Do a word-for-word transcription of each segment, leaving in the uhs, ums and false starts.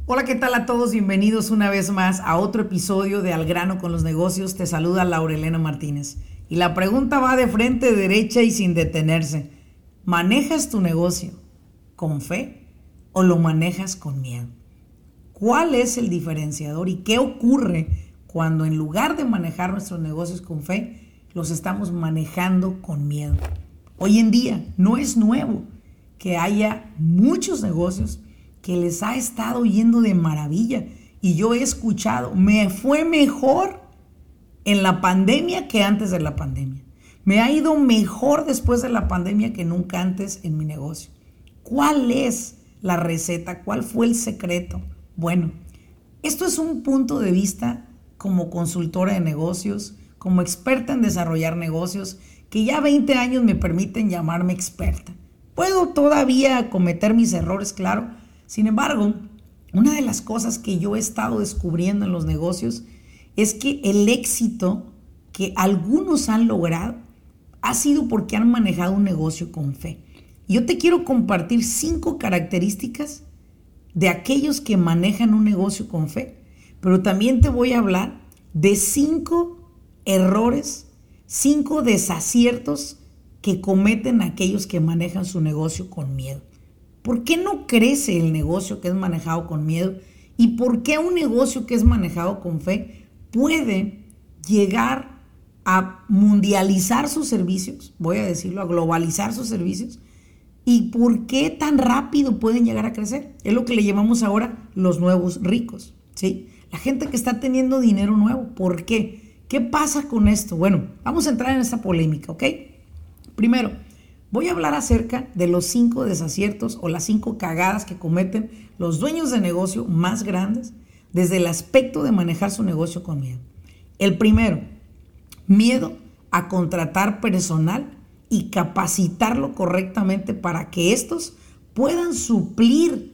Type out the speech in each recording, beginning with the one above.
Hola, ¿qué tal a todos? Bienvenidos una vez más a otro episodio de Al Grano con los Negocios. Te saluda Laurelena Martínez. Y la pregunta va de frente, derecha y sin detenerse. ¿Manejas tu negocio con fe o lo manejas con miedo? ¿Cuál es el diferenciador y qué ocurre cuando en lugar de manejar nuestros negocios con fe, los estamos manejando con miedo? Hoy en día no es nuevo que haya muchos negocios que les ha estado yendo de maravilla. Y yo he escuchado, me fue mejor en la pandemia que antes de la pandemia. Me ha ido mejor después de la pandemia que nunca antes en mi negocio. ¿Cuál es la receta? ¿Cuál fue el secreto? Bueno, esto es un punto de vista como consultora de negocios, como experta en desarrollar negocios, que ya veinte años me permiten llamarme experta. Puedo todavía cometer mis errores, claro. Sin embargo, una de las cosas que yo he estado descubriendo en los negocios es que el éxito que algunos han logrado ha sido porque han manejado un negocio con fe. Y yo te quiero compartir cinco características de aquellos que manejan un negocio con fe, pero también te voy a hablar de cinco errores, cinco desaciertos que cometen aquellos que manejan su negocio con miedo. ¿Por qué no crece el negocio que es manejado con miedo? ¿Y por qué un negocio que es manejado con fe puede llegar a mundializar sus servicios? Voy a decirlo, a globalizar sus servicios. ¿Y por qué tan rápido pueden llegar a crecer? Es lo que le llamamos ahora los nuevos ricos, ¿sí? La gente que está teniendo dinero nuevo. ¿Por qué? ¿Qué pasa con esto? Bueno, vamos a entrar en esta polémica, ¿ok? Primero, voy a hablar acerca de los cinco desaciertos o las cinco cagadas que cometen los dueños de negocio más grandes desde el aspecto de manejar su negocio con miedo. El primero, miedo a contratar personal y capacitarlo correctamente para que estos puedan suplir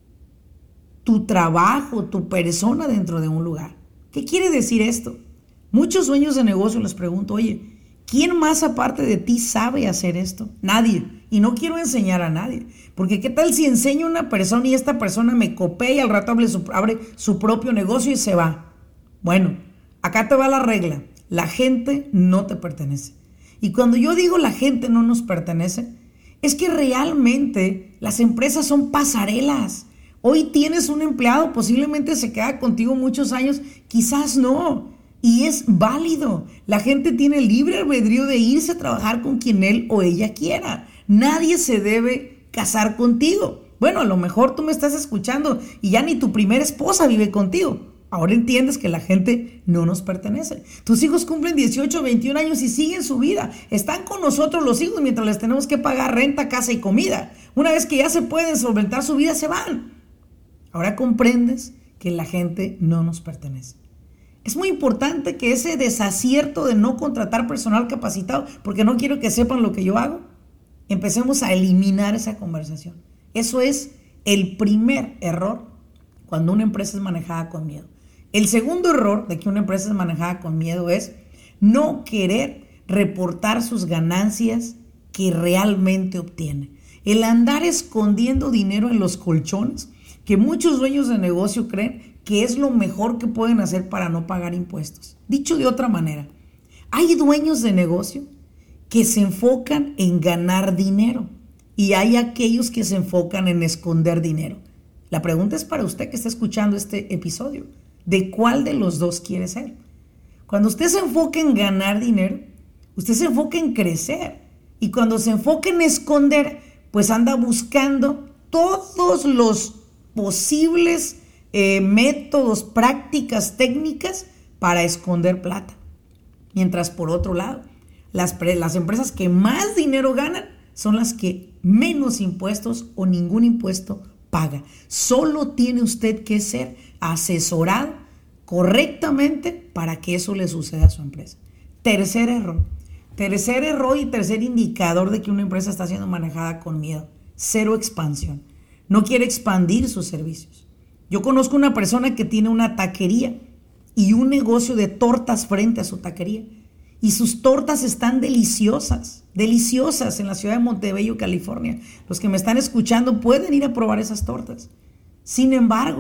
tu trabajo, tu persona dentro de un lugar. ¿Qué quiere decir esto? Muchos dueños de negocio les pregunto, oye, ¿quién más aparte de ti sabe hacer esto? Nadie. Y no quiero enseñar a nadie. Porque ¿qué tal si enseño a una persona y esta persona me copia y al rato abre su, abre su propio negocio y se va? Bueno, acá te va la regla. La gente no te pertenece. Y cuando yo digo la gente no nos pertenece, es que realmente las empresas son pasarelas. Hoy tienes un empleado, posiblemente se queda contigo muchos años, quizás no. Y es válido. La gente tiene libre albedrío de irse a trabajar con quien él o ella quiera. Nadie se debe casar contigo. Bueno, a lo mejor tú me estás escuchando y ya ni tu primera esposa vive contigo. Ahora entiendes que la gente no nos pertenece. Tus hijos cumplen dieciocho, veintiún años y siguen su vida. Están con nosotros los hijos mientras les tenemos que pagar renta, casa y comida. Una vez que ya se pueden solventar su vida, se van. Ahora comprendes que la gente no nos pertenece. Es muy importante que ese desacierto de no contratar personal capacitado, porque no quiero que sepan lo que yo hago, empecemos a eliminar esa conversación. Eso es el primer error cuando una empresa es manejada con miedo. El segundo error de que una empresa es manejada con miedo es no querer reportar sus ganancias que realmente obtiene. El andar escondiendo dinero en los colchones, que muchos dueños de negocio creen que es lo mejor que pueden hacer para no pagar impuestos. Dicho de otra manera, hay dueños de negocio que se enfocan en ganar dinero y hay aquellos que se enfocan en esconder dinero. La pregunta es para usted que está escuchando este episodio. ¿De cuál de los dos quiere ser? Cuando usted se enfoca en ganar dinero, usted se enfoca en crecer. Y cuando se enfoca en esconder, pues anda buscando todos los posibles eh, métodos, prácticas, técnicas para esconder plata. Mientras por otro lado, las, pre- las empresas que más dinero ganan son las que menos impuestos o ningún impuesto paga. Solo tiene usted que ser asesorado correctamente para que eso le suceda a su empresa. Tercer error. Tercer error y tercer indicador de que una empresa está siendo manejada con miedo. Cero expansión. No quiere expandir sus servicios. Yo conozco una persona que tiene una taquería y un negocio de tortas frente a su taquería. Y sus tortas están deliciosas, deliciosas en la ciudad de Montebello, California. Los que me están escuchando pueden ir a probar esas tortas. Sin embargo,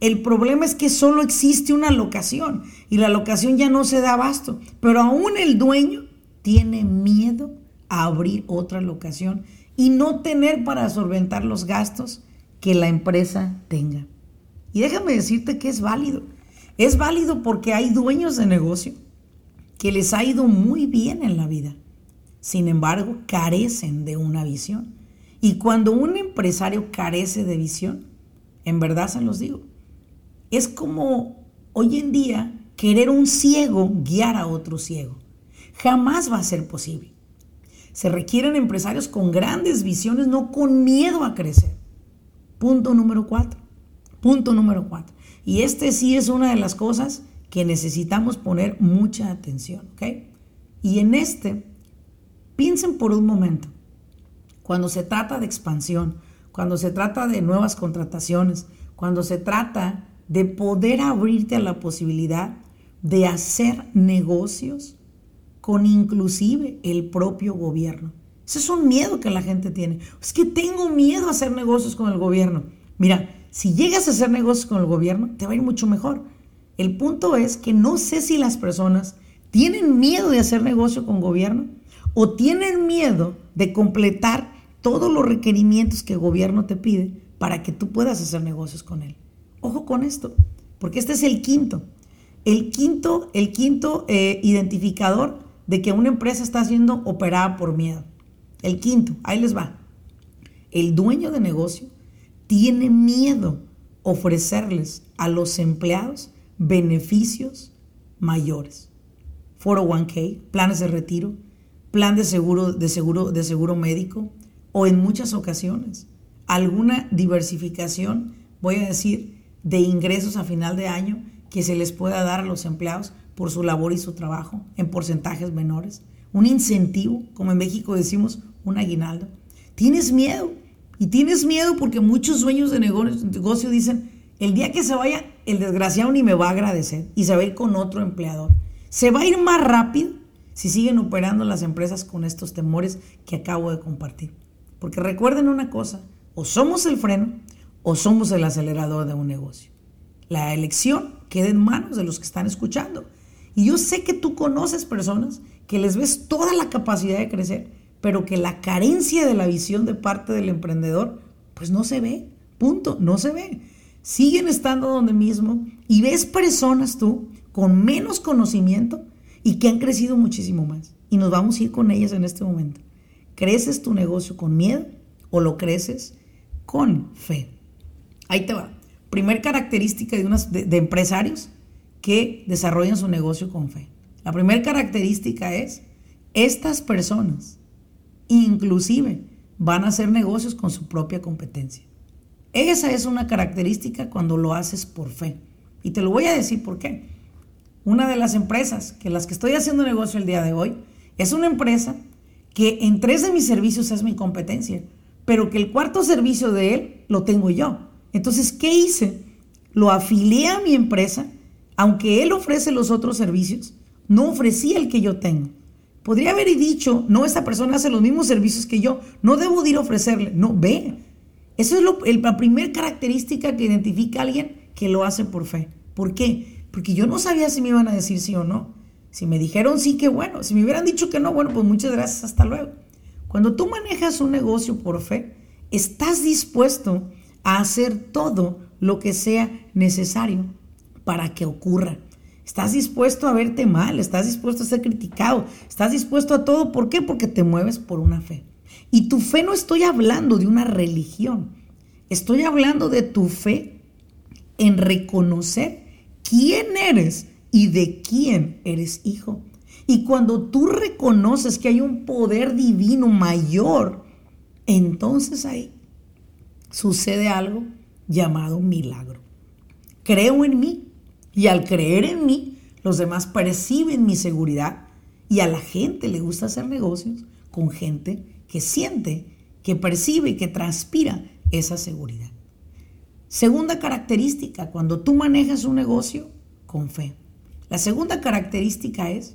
El problema es que solo existe una locación y la locación ya no se da abasto, pero aún el dueño tiene miedo a abrir otra locación y no tener para solventar los gastos que la empresa tenga. Y déjame decirte que es válido. Es válido porque hay dueños de negocio que les ha ido muy bien en la vida. Sin embargo, carecen de una visión. Y cuando un empresario carece de visión, en verdad se los digo, es como hoy en día querer un ciego guiar a otro ciego. Jamás va a ser posible. Se requieren empresarios con grandes visiones, no con miedo a crecer. Punto número cuatro. Punto número cuatro. Y este sí es una de las cosas que necesitamos poner mucha atención, ¿ok? Y en este, piensen por un momento, cuando se trata de expansión, cuando se trata de nuevas contrataciones, cuando se trata de poder abrirte a la posibilidad de hacer negocios con inclusive el propio gobierno. Ese es un miedo que la gente tiene. Es que tengo miedo a hacer negocios con el gobierno. Mira, si llegas a hacer negocios con el gobierno, te va a ir mucho mejor. El punto es que no sé si las personas tienen miedo de hacer negocio con gobierno o tienen miedo de completar todos los requerimientos que el gobierno te pide para que tú puedas hacer negocios con él. Ojo con esto, porque este es el quinto. El quinto, el quinto eh, identificador de que una empresa está siendo operada por miedo. El quinto, ahí les va. El dueño de negocio tiene miedo ofrecerles a los empleados beneficios mayores. cuatro oh uno k, planes de retiro, plan de seguro, de seguro, de seguro médico o en muchas ocasiones alguna diversificación, voy a decir, de ingresos a final de año que se les pueda dar a los empleados por su labor y su trabajo en porcentajes menores. Un incentivo, como en México decimos, un aguinaldo. Tienes miedo. Y tienes miedo porque muchos dueños de negocio dicen, el día que se vaya, el desgraciado ni me va a agradecer y se va a ir con otro empleador. Se va a ir más rápido si siguen operando las empresas con estos temores que acabo de compartir. Porque recuerden una cosa, o somos el freno o somos el acelerador de un negocio. La elección queda en manos de los que están escuchando. Y yo sé que tú conoces personas que les ves toda la capacidad de crecer, pero que la carencia de la visión de parte del emprendedor, pues no se ve, punto, no se ve. Siguen estando donde mismo y ves personas tú con menos conocimiento y que han crecido muchísimo más. Y nos vamos a ir con ellas en este momento. ¿Creces tu negocio con miedo o lo creces con fe? Ahí te va. Primer característica de, unas, de, de empresarios que desarrollan su negocio con fe. La primera característica es, estas personas inclusive van a hacer negocios con su propia competencia. Esa es una característica cuando lo haces por fe. Y te lo voy a decir por qué. Una de las empresas que las que estoy haciendo negocio el día de hoy es una empresa que en tres de mis servicios es mi competencia, pero que el cuarto servicio de él lo tengo yo. Entonces, ¿qué hice? Lo afilié a mi empresa, aunque él ofrece los otros servicios, no ofrecía el que yo tengo. Podría haber dicho, no, esta persona hace los mismos servicios que yo, no debo de ir a ofrecerle. No, ve. Eso es lo, el, la primera característica que identifica a alguien que lo hace por fe. ¿Por qué? Porque yo no sabía si me iban a decir sí o no. Si me dijeron sí, qué bueno. Si me hubieran dicho que no, bueno, pues muchas gracias, hasta luego. Cuando tú manejas un negocio por fe, estás dispuesto a hacer todo lo que sea necesario para que ocurra. Estás dispuesto a verte mal, estás dispuesto a ser criticado, estás dispuesto a todo. ¿Por qué? Porque te mueves por una fe. Y tu fe no estoy hablando de una religión, estoy hablando de tu fe en reconocer quién eres y de quién eres hijo. Y cuando tú reconoces que hay un poder divino mayor, entonces ahí sucede algo llamado milagro. Creo en mí. Y al creer en mí, los demás perciben mi seguridad y a la gente le gusta hacer negocios con gente que siente, que percibe, que transpira esa seguridad. Segunda característica, cuando tú manejas un negocio con fe. La segunda característica es,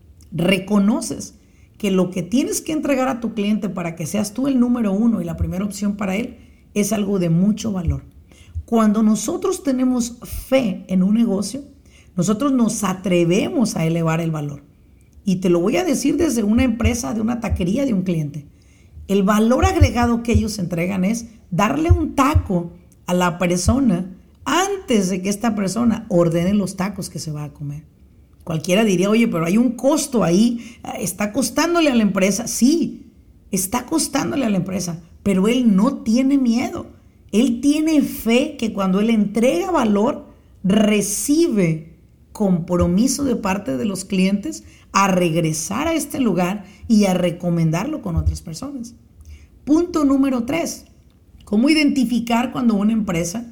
reconoces que lo que tienes que entregar a tu cliente para que seas tú el número uno y la primera opción para él es algo de mucho valor. Cuando nosotros tenemos fe en un negocio, nosotros nos atrevemos a elevar el valor. Y te lo voy a decir desde una empresa, de una taquería de un cliente. El valor agregado que ellos entregan es darle un taco a la persona antes de que esta persona ordene los tacos que se va a comer. Cualquiera diría, oye, pero hay un costo ahí, está costándole a la empresa. Sí, está costándole a la empresa, pero él no tiene miedo. Él tiene fe que cuando él entrega valor, recibe compromiso de parte de los clientes a regresar a este lugar y a recomendarlo con otras personas. Punto número tres. ¿Cómo identificar cuando una empresa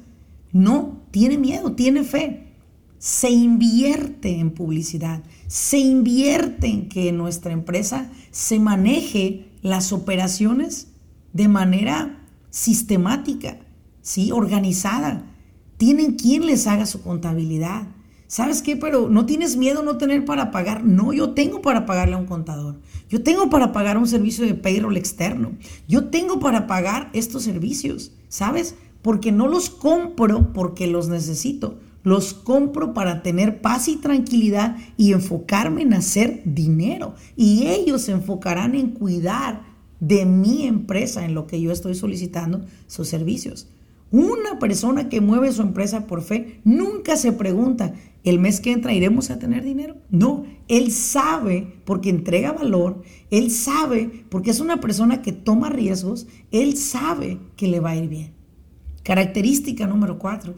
no tiene miedo, tiene fe? Se invierte en publicidad, se invierte en que nuestra empresa se maneje las operaciones de manera sistemática, ¿sí? Organizada. Tienen quien les haga su contabilidad. ¿Sabes qué? Pero no tienes miedo no tener para pagar. No, yo tengo para pagarle a un contador. Yo tengo para pagar un servicio de payroll externo. Yo tengo para pagar estos servicios, ¿sabes? Porque no los compro porque los necesito. Los compro para tener paz y tranquilidad y enfocarme en hacer dinero. Y ellos se enfocarán en cuidar de mi empresa, en lo que yo estoy solicitando sus servicios. Una persona que mueve su empresa por fe nunca se pregunta, ¿el mes que entra iremos a tener dinero? No, él sabe porque entrega valor, él sabe porque es una persona que toma riesgos, él sabe que le va a ir bien. Característica número cuatro.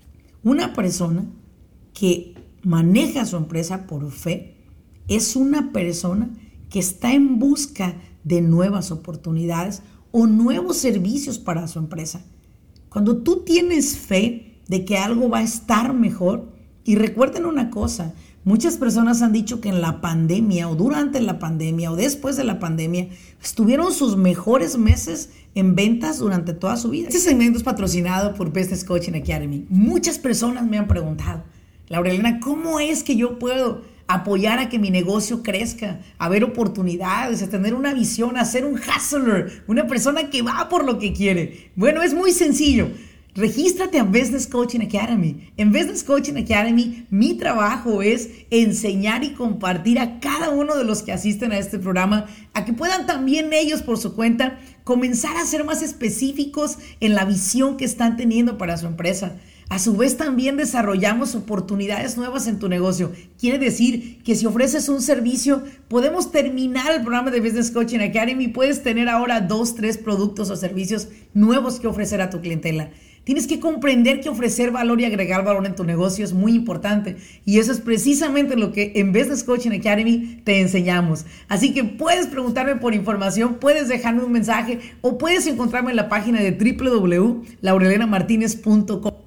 Una persona que maneja su empresa por fe es una persona que está en busca de nuevas oportunidades o nuevos servicios para su empresa. Cuando tú tienes fe de que algo va a estar mejor, y recuerden una cosa, muchas personas han dicho que en la pandemia o durante la pandemia o después de la pandemia estuvieron sus mejores meses en ventas durante toda su vida. Este segmento es patrocinado por Business Coaching Academy. Muchas personas me han preguntado, Laurelena, ¿cómo es que yo puedo apoyar a que mi negocio crezca, a ver oportunidades, a tener una visión, a ser un hustler, una persona que va por lo que quiere? Bueno, es muy sencillo. Regístrate a Business Coaching Academy. En Business Coaching Academy, mi trabajo es enseñar y compartir a cada uno de los que asisten a este programa a que puedan también ellos por su cuenta comenzar a ser más específicos en la visión que están teniendo para su empresa. A su vez también desarrollamos oportunidades nuevas en tu negocio. Quiere decir que si ofreces un servicio, podemos terminar el programa de Business Coaching Academy y puedes tener ahora dos, tres productos o servicios nuevos que ofrecer a tu clientela. Tienes que comprender que ofrecer valor y agregar valor en tu negocio es muy importante. Y eso es precisamente lo que en Business Coaching Academy te enseñamos. Así que puedes preguntarme por información, puedes dejarme un mensaje o puedes encontrarme en la página de doble u doble u doble u punto laurelena martinez punto com.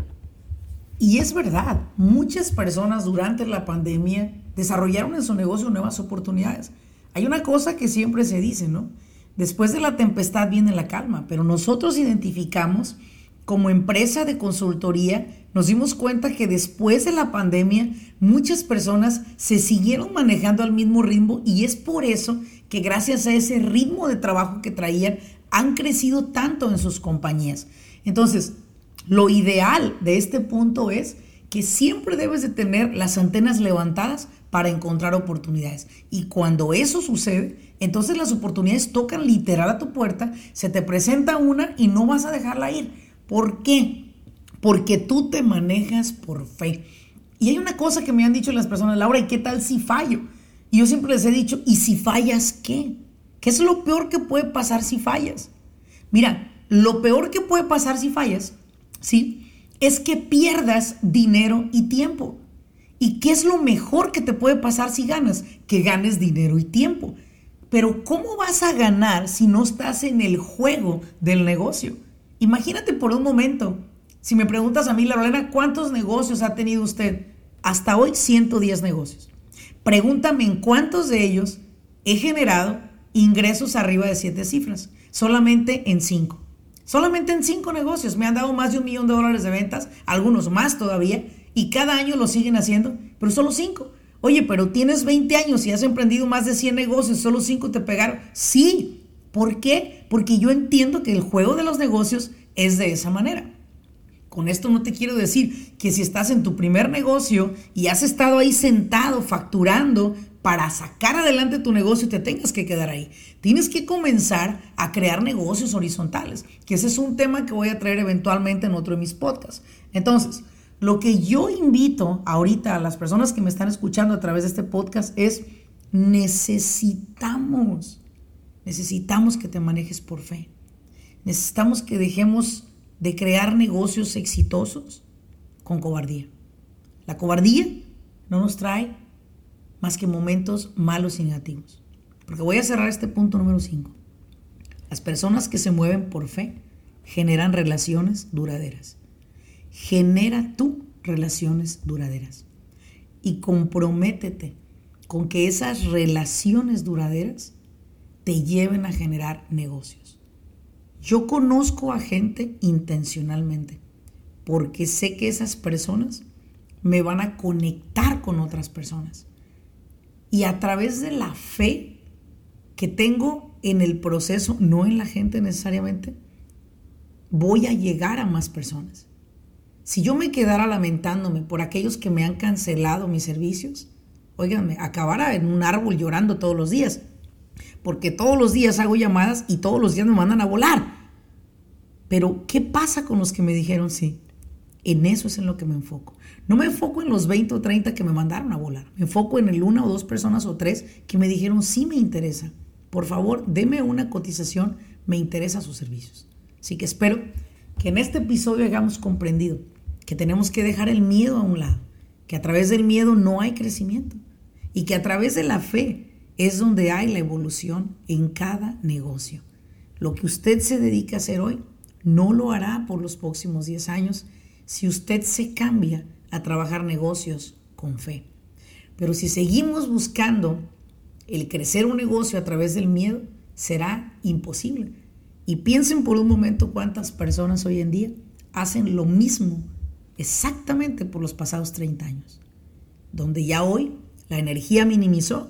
Y es verdad, muchas personas durante la pandemia desarrollaron en su negocio nuevas oportunidades. Hay una cosa que siempre se dice, ¿no? Después de la tempestad viene la calma, pero nosotros identificamos como empresa de consultoría, nos dimos cuenta que después de la pandemia muchas personas se siguieron manejando al mismo ritmo y es por eso que gracias a ese ritmo de trabajo que traían han crecido tanto en sus compañías. Entonces, lo ideal de este punto es que siempre debes de tener las antenas levantadas para encontrar oportunidades. Y cuando eso sucede, entonces las oportunidades tocan literal a tu puerta, se te presenta una y no vas a dejarla ir. ¿Por qué? Porque tú te manejas por fe. Y hay una cosa que me han dicho las personas, Laura, ¿y qué tal si fallo? Y yo siempre les he dicho, ¿y si fallas qué? ¿Qué es lo peor que puede pasar si fallas? Mira, lo peor que puede pasar si fallas, ¿sí?, es que pierdas dinero y tiempo. ¿Y qué es lo mejor que te puede pasar si ganas? Que ganes dinero y tiempo. Pero ¿cómo vas a ganar si no estás en el juego del negocio? Imagínate por un momento, si me preguntas a mí, Laurelena, ¿cuántos negocios ha tenido usted? Hasta hoy, ciento diez negocios. Pregúntame en cuántos de ellos he generado ingresos arriba de siete cifras. Solamente en cinco. Solamente en cinco negocios me han dado más de un millón de dólares de ventas, algunos más todavía, y cada año lo siguen haciendo, pero solo cinco. Oye, pero tienes veinte años y has emprendido más de cien negocios, solo cinco te pegaron. Sí. ¿Por qué? Porque yo entiendo que el juego de los negocios es de esa manera. Con esto no te quiero decir que si estás en tu primer negocio y has estado ahí sentado facturando para sacar adelante tu negocio, te tengas que quedar ahí. Tienes que comenzar a crear negocios horizontales, que ese es un tema que voy a traer eventualmente en otro de mis podcasts. Entonces, lo que yo invito ahorita a las personas que me están escuchando a través de este podcast es necesitamos, necesitamos que te manejes por fe. Necesitamos que dejemos de crear negocios exitosos con cobardía. La cobardía no nos trae más que momentos malos y negativos. Porque voy a cerrar este punto número cinco. Las personas que se mueven por fe generan relaciones duraderas. Genera tú relaciones duraderas. Y comprométete con que esas relaciones duraderas te lleven a generar negocios. Yo conozco a gente intencionalmente porque sé que esas personas me van a conectar con otras personas. Y a través de la fe que tengo en el proceso, no en la gente necesariamente, voy a llegar a más personas. Si yo me quedara lamentándome por aquellos que me han cancelado mis servicios, óiganme, acabara en un árbol llorando todos los días, porque todos los días hago llamadas y todos los días me mandan a volar. Pero, ¿qué pasa con los que me dijeron sí? En eso es en lo que me enfoco. No me enfoco en los veinte o treinta que me mandaron a volar. Me enfoco en el una o dos personas o tres que me dijeron sí me interesa. Por favor, deme una cotización, me interesan sus servicios. Así que espero que en este episodio hayamos comprendido que tenemos que dejar el miedo a un lado, que a través del miedo no hay crecimiento y que a través de la fe es donde hay la evolución en cada negocio. Lo que usted se dedica a hacer hoy no lo hará por los próximos diez años si usted se cambia a trabajar negocios con fe. Pero si seguimos buscando el crecer un negocio a través del miedo, será imposible. Y piensen por un momento cuántas personas hoy en día hacen lo mismo exactamente por los pasados treinta años, donde ya hoy la energía minimizó,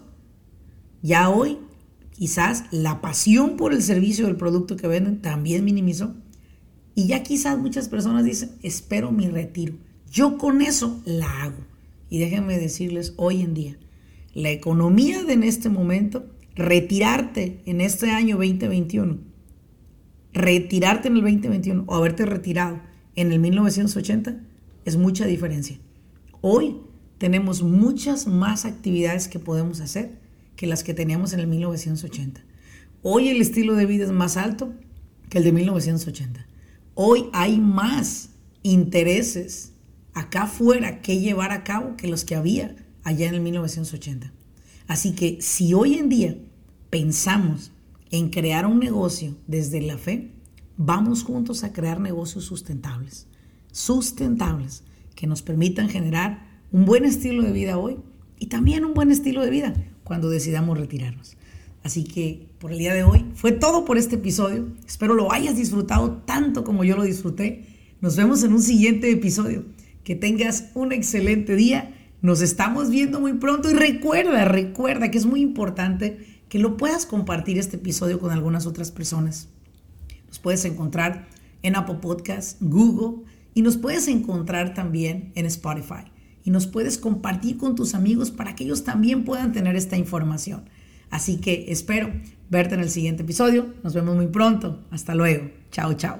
ya hoy quizás la pasión por el servicio o el producto que venden también minimizó, y ya quizás muchas personas dicen, espero mi retiro, yo con eso la hago. Y déjenme decirles, hoy en día, la economía de en este momento, retirarte en este año veinte veintiuno, retirarte en el veinte veintiuno o haberte retirado en el mil novecientos ochenta, es mucha diferencia. Hoy tenemos muchas más actividades que podemos hacer que las que teníamos en el mil novecientos ochenta. Hoy el estilo de vida es más alto que el de mil novecientos ochenta. Hoy hay más intereses acá afuera que llevar a cabo que los que había allá en el mil novecientos ochenta. Así que si hoy en día pensamos en crear un negocio desde la fe, vamos juntos a crear negocios sustentables, sustentables, que nos permitan generar un buen estilo de vida hoy y también un buen estilo de vida cuando decidamos retirarnos. Así que por el día de hoy fue todo por este episodio. Espero lo hayas disfrutado tanto como yo lo disfruté. Nos vemos en un siguiente episodio. Que tengas un excelente día. Nos estamos viendo muy pronto y recuerda, recuerda que es muy importante que lo puedas compartir este episodio con algunas otras personas. Nos puedes encontrar en Apple Podcasts, Google y nos puedes encontrar también en Spotify. Y nos puedes compartir con tus amigos para que ellos también puedan tener esta información. Así que espero verte en el siguiente episodio. Nos vemos muy pronto. Hasta luego. Chao, chao.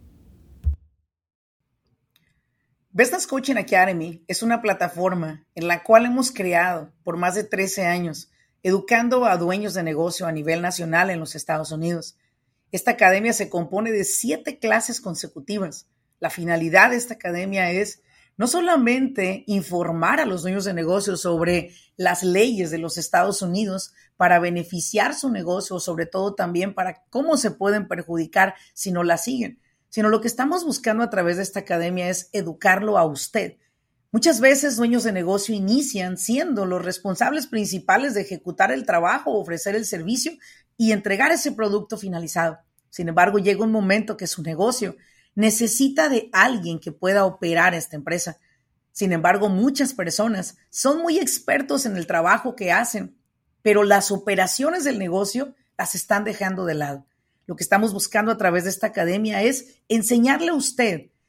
Business Coaching Academy es una plataforma en la cual hemos creado por más de trece años, educando a dueños de negocio a nivel nacional en los Estados Unidos. Esta academia se compone de siete clases consecutivas. La finalidad de esta academia es no solamente informar a los dueños de negocios sobre las leyes de los Estados Unidos para beneficiar su negocio, o sobre todo también para cómo se pueden perjudicar si no la siguen, sino lo que estamos buscando a través de esta academia es educarlo a usted. Muchas veces dueños de negocio inician siendo los responsables principales de ejecutar el trabajo, ofrecer el servicio y entregar ese producto finalizado. Sin embargo, llega un momento que su negocio necesita de alguien que pueda operar esta empresa. Sin embargo, muchas personas son muy expertos en el trabajo que hacen, pero las operaciones del negocio las están dejando de lado. Lo que estamos buscando a través de esta academia es enseñarle a usted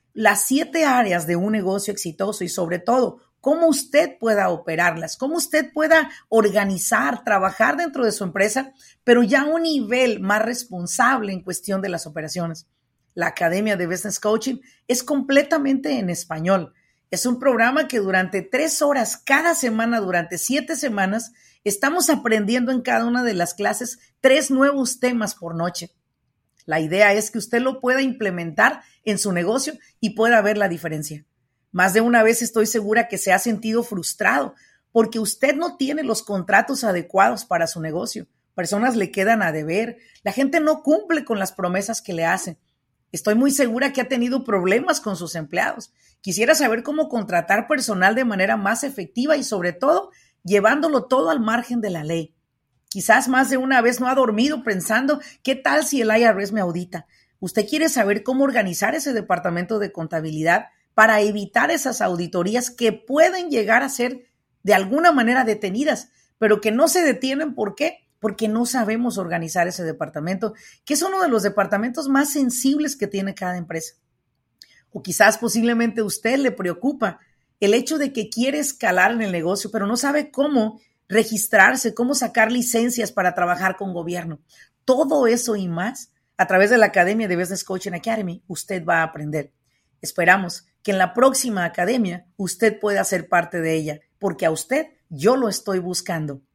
las siete áreas de un negocio exitoso y sobre todo, cómo usted pueda operarlas, cómo usted pueda organizar, trabajar dentro de su empresa, pero ya a un nivel más responsable en cuestión de las operaciones. La Academia de Business Coaching es completamente en español. Es un programa que durante tres horas cada semana, durante siete semanas, estamos aprendiendo en cada una de las clases tres nuevos temas por noche. La idea es que usted lo pueda implementar en su negocio y pueda ver la diferencia. Más de una vez estoy segura que se ha sentido frustrado porque usted no tiene los contratos adecuados para su negocio. Personas le quedan a deber. La gente no cumple con las promesas que le hacen. Estoy muy segura que ha tenido problemas con sus empleados. Quisiera saber cómo contratar personal de manera más efectiva y sobre todo llevándolo todo al margen de la ley. Quizás más de una vez no ha dormido pensando, ¿qué tal si el I R S me audita? Usted quiere saber cómo organizar ese departamento de contabilidad para evitar esas auditorías que pueden llegar a ser de alguna manera detenidas, pero que no se detienen. ¿Por qué? Porque no sabemos organizar ese departamento, que es uno de los departamentos más sensibles que tiene cada empresa. O quizás posiblemente a usted le preocupa el hecho de que quiere escalar en el negocio, pero no sabe cómo registrarse, cómo sacar licencias para trabajar con gobierno. Todo eso y más, a través de la Academia de Business Coaching Academy, usted va a aprender. Esperamos que en la próxima academia usted pueda ser parte de ella, porque a usted yo lo estoy buscando.